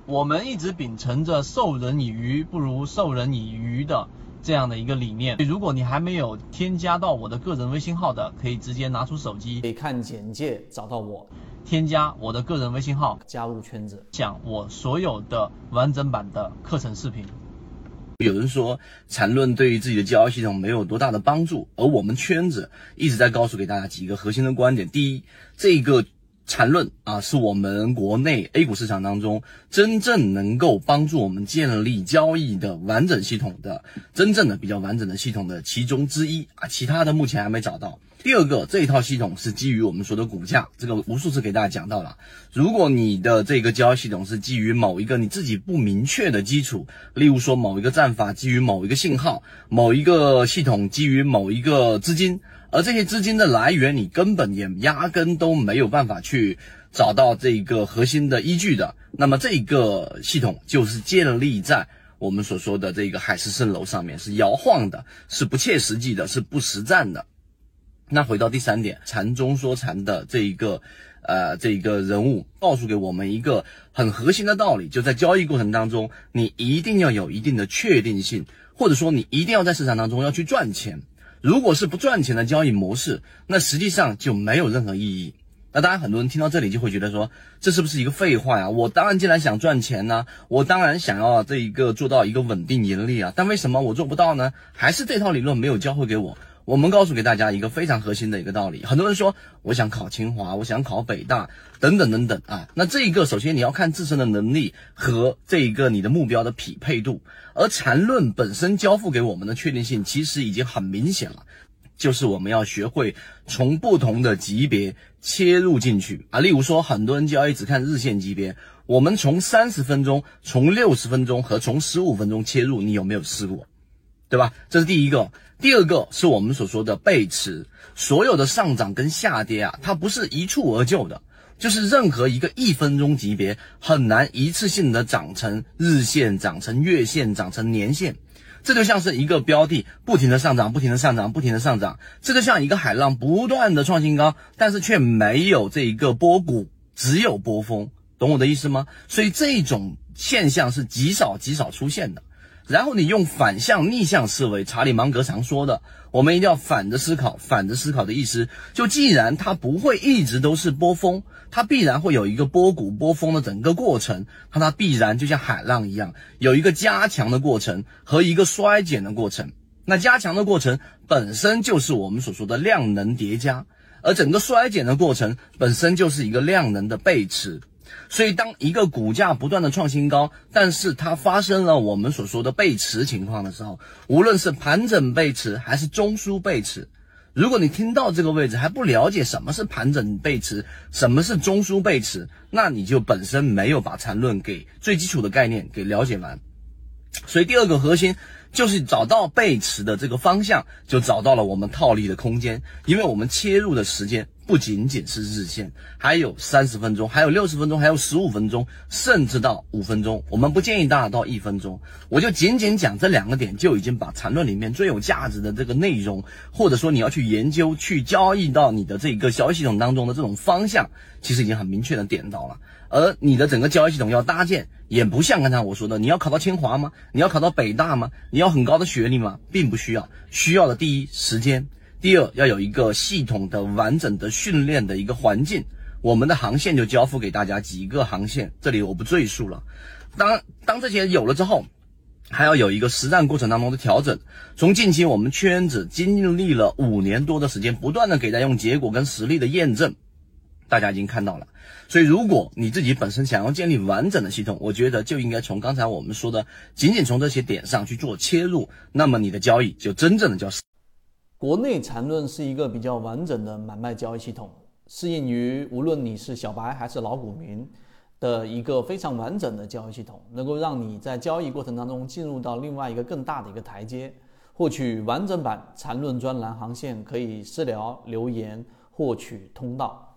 我们一直秉承着授人以鱼不如授人以渔的这样的一个理念。如果你还没有添加到我的个人微信号的，可以直接拿出手机， 可以看简介找到我， 添加我的个人微信号， 加入圈子， 讲我所有的完整版的课程视频。 有人说缠论对于自己的交易系统没有多大的帮助，而我们圈子一直在告诉给大家几个核心的观点。第一，这个缠论是我们国内 A 股市场当中真正能够帮助我们建立交易的完整系统的真正的比较完整的系统的其中之一其他的目前还没找到。第二个，这一套系统是基于我们说的股价，这个无数次给大家讲到了。如果你的这个交易系统是基于某一个你自己不明确的基础，例如说某一个战法基于某一个信号，某一个系统基于某一个资金，而这些资金的来源你根本也压根都没有办法去找到这个核心的依据的，那么这个系统就是建立在我们所说的这个海市蜃楼上面，是摇晃的，是不切实际的，是不实战的。那回到第三点，禅中说禅的这个人物告诉给我们一个很核心的道理，就在交易过程当中，你一定要有一定的确定性，或者说你一定要在市场当中要去赚钱。如果是不赚钱的交易模式，那实际上就没有任何意义。那当然很多人听到这里就会觉得说，这是不是一个废话呀？我当然既然想赚钱呢，我当然想要这一个做到一个稳定盈利啊，但为什么我做不到呢？还是这套理论没有教会给我。我们告诉给大家一个非常核心的一个道理，很多人说我想考清华，我想考北大等等等等那这一个首先你要看自身的能力和这一个你的目标的匹配度，而缠论本身交付给我们的确定性其实已经很明显了，就是我们要学会从不同的级别切入进去例如说很多人交易只看日线级别，我们从30分钟、从60分钟和从15分钟切入，你有没有试过？对吧？这是第一个。第二个是我们所说的背驰，所有的上涨跟下跌它不是一蹴而就的，就是任何一个1分钟级别很难一次性的涨成日线、涨成月线、涨成年线。这就像是一个标的不停的上涨，不停的上涨，不停的上涨，这就像一个海浪不断的创新高，但是却没有这一个波谷，只有波峰，懂我的意思吗？所以这种现象是极少出现的。然后你用反向逆向思维，查理芒格常说的，我们一定要反着思考。反着思考的意思，就既然它不会一直都是波峰，它必然会有一个波谷波峰的整个过程，它必然就像海浪一样，有一个加强的过程和一个衰减的过程。那加强的过程本身就是我们所说的量能叠加，而整个衰减的过程本身就是一个量能的背驰。所以当一个股价不断的创新高，但是它发生了我们所说的背驰情况的时候，无论是盘整背驰还是中枢背驰，如果你听到这个位置还不了解什么是盘整背驰，什么是中枢背驰，那你就本身没有把缠论给最基础的概念给了解完。所以第二个核心就是找到背驰的这个方向，就找到了我们套利的空间，因为我们切入的时间不仅仅是日线，还有30分钟，还有60分钟，还有15分钟，甚至到5分钟。我们不建议大家到1分钟，我就仅仅讲这2个点，就已经把缠论里面最有价值的这个内容，或者说你要去研究、去交易到你的这个交易系统当中的这种方向，其实已经很明确的点到了。而你的整个交易系统要搭建，也不像刚才我说的，你要考到清华吗？你要考到北大吗？你要很高的学历吗？并不需要。需要的第一，时间；第二，要有一个系统的完整的训练的一个环境。我们的航线就交付给大家几个航线，这里我不赘述了。当这些有了之后，还要有一个实战过程当中的调整。从近期我们圈子经历了5年多的时间，不断的给大家用结果跟实力的验证，大家已经看到了。所以如果你自己本身想要建立完整的系统，我觉得就应该从刚才我们说的仅仅从这些点上去做切入，那么你的交易就真正的叫国内缠论是一个比较完整的买卖交易系统，适应于无论你是小白还是老股民的一个非常完整的交易系统，能够让你在交易过程当中进入到另外一个更大的一个台阶。获取完整版缠论专栏航线可以私聊留言获取通道。